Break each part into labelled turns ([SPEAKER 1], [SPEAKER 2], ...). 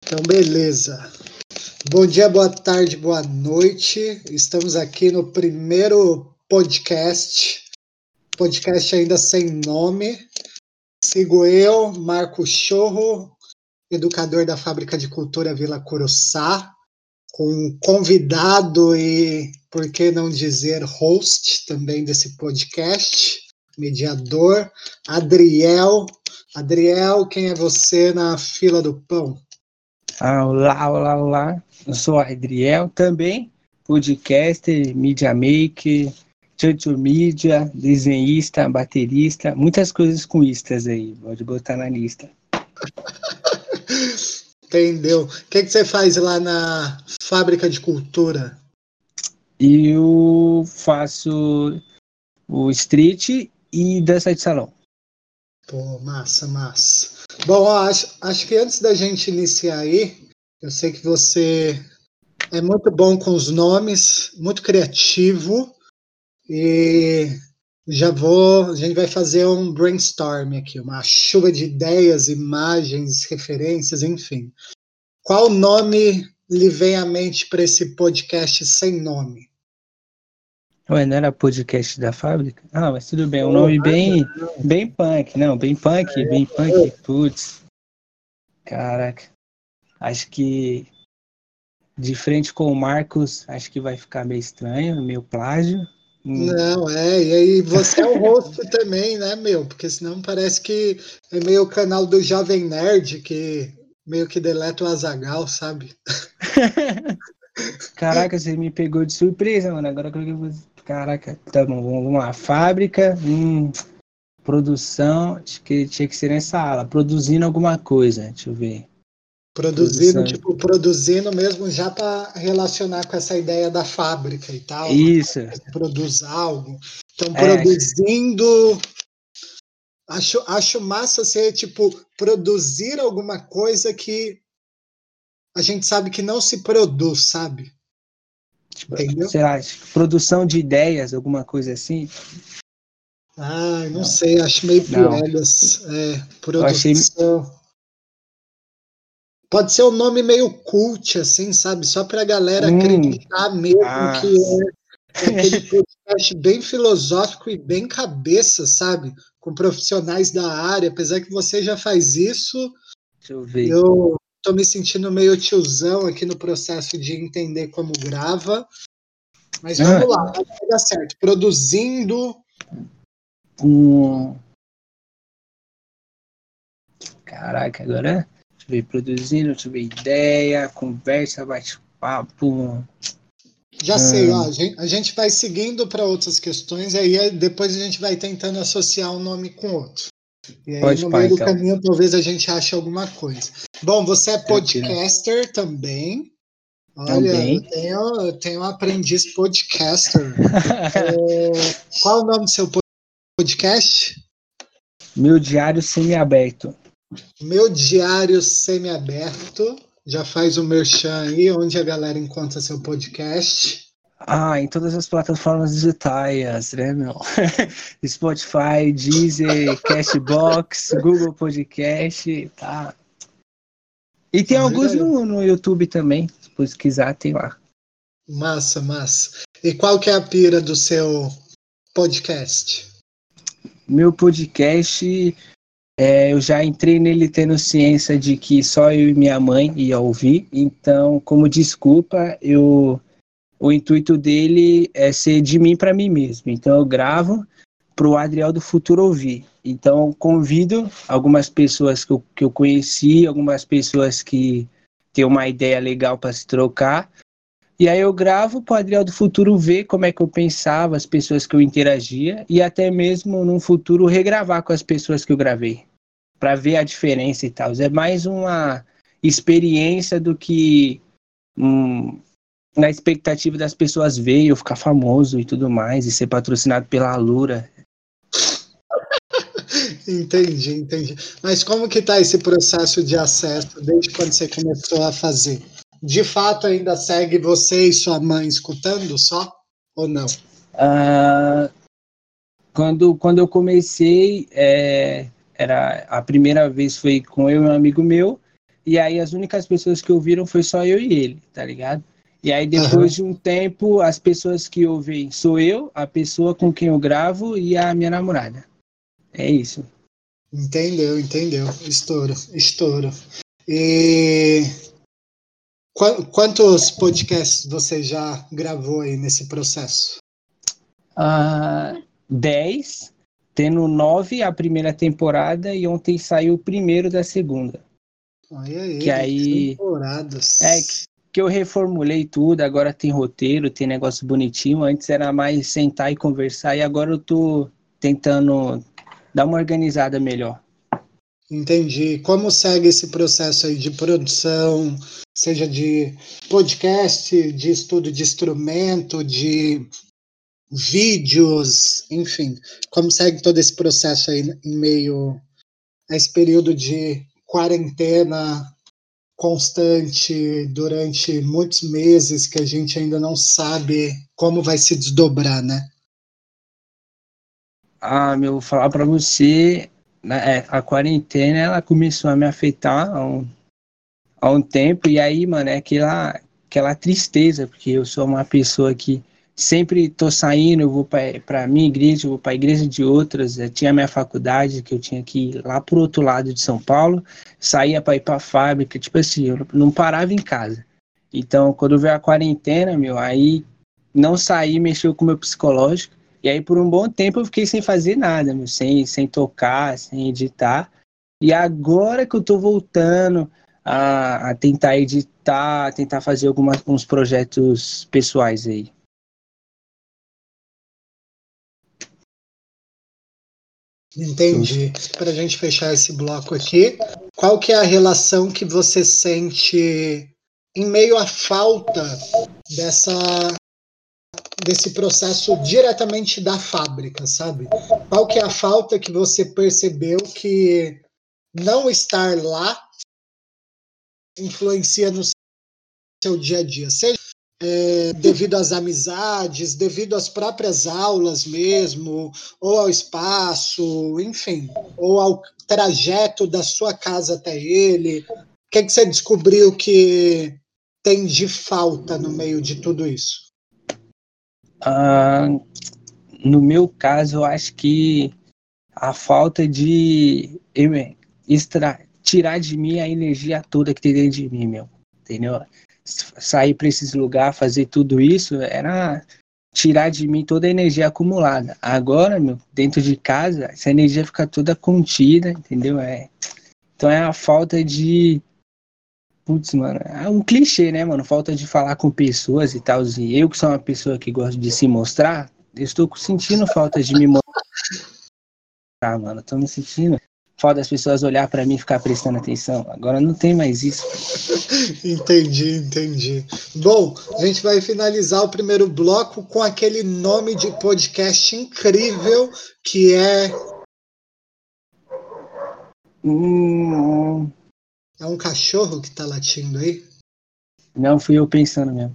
[SPEAKER 1] Então, beleza. Bom dia, boa tarde, boa noite. Estamos aqui no primeiro podcast ainda sem nome. Sigo eu, Marco Chorro, educador da Fábrica de Cultura Vila Curuçá, com um convidado e, por que não dizer, host também desse podcast, mediador, Adriel. Adriel, quem é você na fila do pão?
[SPEAKER 2] Olá. Eu sou o Adriel, também podcaster, media maker, social media, desenhista, baterista, muitas coisas com istas aí, pode botar na lista.
[SPEAKER 1] Entendeu? O que você faz lá na Fábrica de Cultura?
[SPEAKER 2] Eu faço o street e dança de salão.
[SPEAKER 1] Pô, massa. Bom, ó, acho que antes da gente iniciar aí, eu sei que você é muito bom com os nomes, muito criativo, e a gente vai fazer um brainstorm aqui, uma chuva de ideias, imagens, referências, enfim. Qual nome lhe vem à mente para esse podcast sem nome?
[SPEAKER 2] Ué, não era podcast da fábrica? Ah, mas tudo bem, um nome bem punk, não, bem punk, putz, caraca, acho que de frente com o Marcos, acho que vai ficar meio estranho, meio plágio.
[SPEAKER 1] Não, e aí você é o host também, né, meu? Porque senão parece que é meio o canal do Jovem Nerd, que meio que deleta o Azaghal, sabe?
[SPEAKER 2] Caraca, você me pegou de surpresa, mano. Agora que eu vou. Caraca, tá bom, vamos lá. Fábrica, produção, acho que tinha que ser nessa ala. Produzindo alguma coisa, deixa eu ver. Produção.
[SPEAKER 1] Produzindo mesmo já para relacionar com essa ideia da fábrica e tal, uma
[SPEAKER 2] Isso.
[SPEAKER 1] fábrica que produz algo. Então,
[SPEAKER 2] É,
[SPEAKER 1] produzindo. Acho massa ser, tipo, produzir alguma coisa que a gente sabe que não se produz, sabe?
[SPEAKER 2] tipo,
[SPEAKER 1] Entendeu?
[SPEAKER 2] sei lá, produção de ideias, alguma coisa assim.
[SPEAKER 1] Não
[SPEAKER 2] Não,
[SPEAKER 1] sei, acho meio
[SPEAKER 2] não.
[SPEAKER 1] piegas.
[SPEAKER 2] Eu achei.
[SPEAKER 1] Produção. Pode ser um nome meio cult, assim, sabe? Só para a galera acreditar mesmo
[SPEAKER 2] Ah,
[SPEAKER 1] que é aquele podcast bem filosófico e bem cabeça, sabe? Com profissionais da área. Apesar que você já faz isso,
[SPEAKER 2] deixa eu ver.
[SPEAKER 1] eu tô me sentindo meio tiozão aqui no processo de entender como grava. Mas vamos lá, vai dar certo. Produzindo.
[SPEAKER 2] Caraca, agora. Deixa eu ver, produzindo, deixa eu ver, ideia, conversa, bate-papo.
[SPEAKER 1] Já sei, ó, a gente vai seguindo para outras questões, aí depois a gente vai tentando associar um nome com outro. E aí
[SPEAKER 2] Pode
[SPEAKER 1] no
[SPEAKER 2] pá,
[SPEAKER 1] meio do
[SPEAKER 2] então.
[SPEAKER 1] caminho talvez a gente ache alguma coisa. Bom, você é
[SPEAKER 2] Tranquilo.
[SPEAKER 1] podcaster também. Olha,
[SPEAKER 2] Também.
[SPEAKER 1] eu tenho um aprendiz podcaster. Qual o nome do seu podcast?
[SPEAKER 2] Meu diário semi-aberto.
[SPEAKER 1] Meu Diário Semiaberto. Já faz o merchan aí, onde a galera encontra seu podcast.
[SPEAKER 2] Em todas as plataformas digitais, né, meu? Spotify, Deezer, Cashbox, Google Podcast, tá? E tem
[SPEAKER 1] Olha
[SPEAKER 2] alguns
[SPEAKER 1] aí.
[SPEAKER 2] no YouTube também, se pesquisar, tem lá.
[SPEAKER 1] Massa. E qual que é a pira do seu podcast?
[SPEAKER 2] Meu podcast, eu já entrei nele tendo ciência de que só eu e minha mãe ia ouvir, então, como desculpa, o intuito dele é ser de mim para mim mesmo. Então, eu gravo para o Adriel do futuro ouvir. Então, convido algumas pessoas que eu conheci, algumas pessoas que têm uma ideia legal para se trocar. E aí eu gravo para o Adriel do futuro ver como é que eu pensava, as pessoas que eu interagia, e até mesmo no futuro regravar com as pessoas que eu gravei, para ver a diferença e tal. É mais uma experiência do que na expectativa das pessoas ver eu ficar famoso e tudo mais, e ser patrocinado pela Alura.
[SPEAKER 1] Entendi. Mas como que tá esse processo de acesso desde quando você começou a fazer? De fato ainda segue você e sua mãe escutando só? Ou não?
[SPEAKER 2] Ah, quando eu comecei, era a primeira vez foi com eu e um amigo meu, e aí as únicas pessoas que ouviram foi só eu e ele, tá ligado? E aí depois de um tempo, as pessoas que ouvem sou eu, a pessoa com quem eu gravo e a minha namorada. É isso.
[SPEAKER 1] Entendeu. Estouro. E quantos podcasts você já gravou aí nesse processo?
[SPEAKER 2] 10, tendo 9 a primeira temporada e ontem saiu o primeiro da segunda.
[SPEAKER 1] Olha aí,
[SPEAKER 2] Que aí
[SPEAKER 1] temporadas.
[SPEAKER 2] que eu reformulei tudo, agora tem roteiro, tem negócio bonitinho. Antes era mais sentar e conversar e agora eu tô tentando dar uma organizada melhor.
[SPEAKER 1] Entendi. Como segue esse processo aí de produção, seja de podcast, de estudo de instrumento, de vídeos, enfim. Como segue todo esse processo aí em meio a esse período de quarentena constante durante muitos meses que a gente ainda não sabe como vai se desdobrar, né?
[SPEAKER 2] Vou falar pra você, né, a quarentena ela começou a me afetar há um tempo, e aí, mano, é aquela tristeza, porque eu sou uma pessoa que sempre tô saindo, eu vou pra minha igreja, eu vou pra igreja de outras, eu tinha minha faculdade, que eu tinha que ir lá pro outro lado de São Paulo, saía pra ir pra fábrica, tipo assim, eu não parava em casa. Então, quando veio a quarentena, meu, aí não saí, mexeu com o meu psicológico, e aí por um bom tempo eu fiquei sem fazer nada, meu, sem tocar, sem editar, e agora que eu tô voltando a tentar editar, tentar fazer uns projetos pessoais aí.
[SPEAKER 1] Entendi. Para a gente fechar esse bloco aqui, qual que é a relação que você sente em meio à falta desse processo diretamente da fábrica, sabe? Qual que é a falta que você percebeu que não estar lá influencia no seu dia a dia? Seja devido às amizades, devido às próprias aulas mesmo, ou ao espaço, enfim, ou ao trajeto da sua casa até ele. O que você descobriu que tem de falta no meio de tudo isso?
[SPEAKER 2] Ah, no meu caso, eu acho que a falta de tirar de mim a energia toda que tem dentro de mim, meu. Entendeu? Sair para esses lugares, fazer tudo isso, era tirar de mim toda a energia acumulada. Agora, meu, dentro de casa, essa energia fica toda contida, entendeu? Então é a falta de. Putz, mano, é um clichê, né, mano? Falta de falar com pessoas e tal. E eu, que sou uma pessoa que gosta de se mostrar, eu estou sentindo falta de me mostrar, mano. Tô me sentindo falta das pessoas olhar pra mim e ficar prestando atenção. Agora não tem mais isso.
[SPEAKER 1] Entendi. Bom, a gente vai finalizar o primeiro bloco com aquele nome de podcast incrível que é. É um cachorro que tá latindo aí?
[SPEAKER 2] Não fui eu pensando mesmo.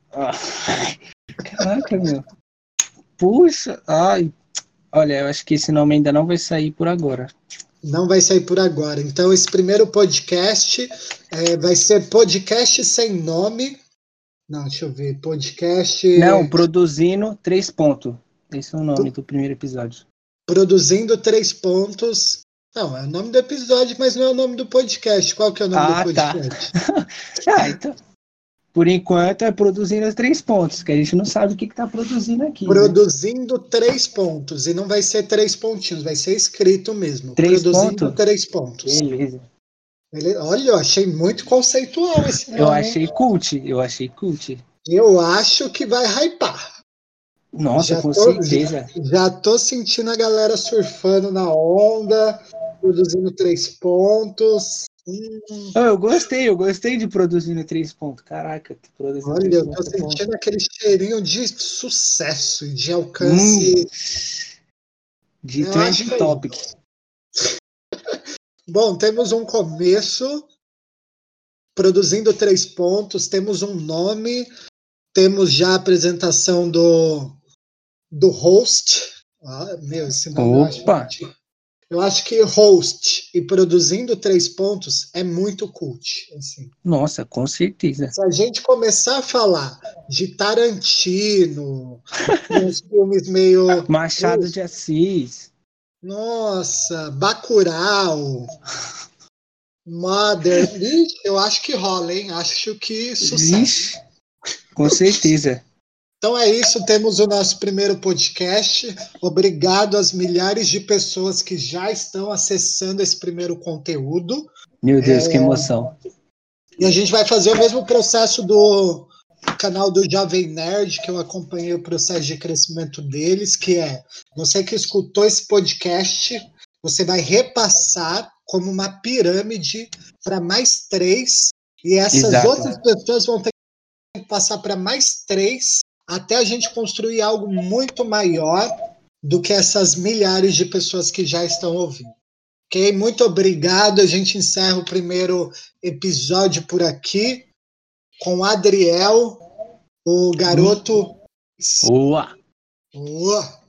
[SPEAKER 2] Caraca, meu. Puxa, ai. Olha, eu acho que esse nome ainda não vai sair por agora.
[SPEAKER 1] Não vai sair por agora. Então, esse primeiro podcast vai ser podcast sem nome. Não, deixa eu ver. Podcast.
[SPEAKER 2] Não, produzindo 3 pontos. Esse é o nome do primeiro episódio.
[SPEAKER 1] Produzindo 3 pontos. Não, é o nome do episódio, mas não é o nome do podcast. Qual que é o nome do podcast?
[SPEAKER 2] Tá. Então, por enquanto é produzindo os 3 pontos, que a gente não sabe o que tá produzindo aqui.
[SPEAKER 1] Produzindo, né? 3 pontos. E não vai ser 3 pontinhos, vai ser escrito mesmo.
[SPEAKER 2] 3
[SPEAKER 1] produzindo
[SPEAKER 2] pontos?
[SPEAKER 1] 3 pontos.
[SPEAKER 2] Beleza.
[SPEAKER 1] Olha, eu achei muito conceitual esse nome.
[SPEAKER 2] Eu achei cult.
[SPEAKER 1] Eu acho que vai hypar.
[SPEAKER 2] Nossa, com certeza.
[SPEAKER 1] Já tô sentindo a galera surfando na onda, produzindo 3 pontos.
[SPEAKER 2] Eu gostei de produzindo 3 pontos. Caraca, produzindo
[SPEAKER 1] Olha,
[SPEAKER 2] 3
[SPEAKER 1] eu tô
[SPEAKER 2] pontos.
[SPEAKER 1] sentindo aquele cheirinho de sucesso e de alcance.
[SPEAKER 2] De
[SPEAKER 1] Eu acho
[SPEAKER 2] trending
[SPEAKER 1] que é
[SPEAKER 2] topic.
[SPEAKER 1] Bom, temos um começo, produzindo 3 pontos, temos um nome, temos já a apresentação do host. Meu, esse nome eu acho Eu acho que host e produzindo 3 pontos é muito cult. Assim.
[SPEAKER 2] Nossa, com certeza.
[SPEAKER 1] Se a gente começar a falar de Tarantino, uns filmes meio.
[SPEAKER 2] Machado de Assis.
[SPEAKER 1] Nossa, Bacurau, Mother. Ixi, eu acho que rola, hein? Acho que sucesso.
[SPEAKER 2] Vixe, com certeza.
[SPEAKER 1] Então é isso, temos o nosso primeiro podcast. Obrigado às milhares de pessoas que já estão acessando esse primeiro conteúdo.
[SPEAKER 2] Meu Deus, que emoção.
[SPEAKER 1] E a gente vai fazer o mesmo processo do canal do Jovem Nerd, que eu acompanhei o processo de crescimento deles, que é, você que escutou esse podcast, você vai repassar como uma pirâmide para mais 3, e essas
[SPEAKER 2] Exato.
[SPEAKER 1] outras pessoas vão ter que passar para mais 3, até a gente construir algo muito maior do que essas milhares de pessoas que já estão ouvindo. Ok? Muito obrigado. A gente encerra o primeiro episódio por aqui com o Adriel, o garoto.
[SPEAKER 2] Boa.
[SPEAKER 1] Boa.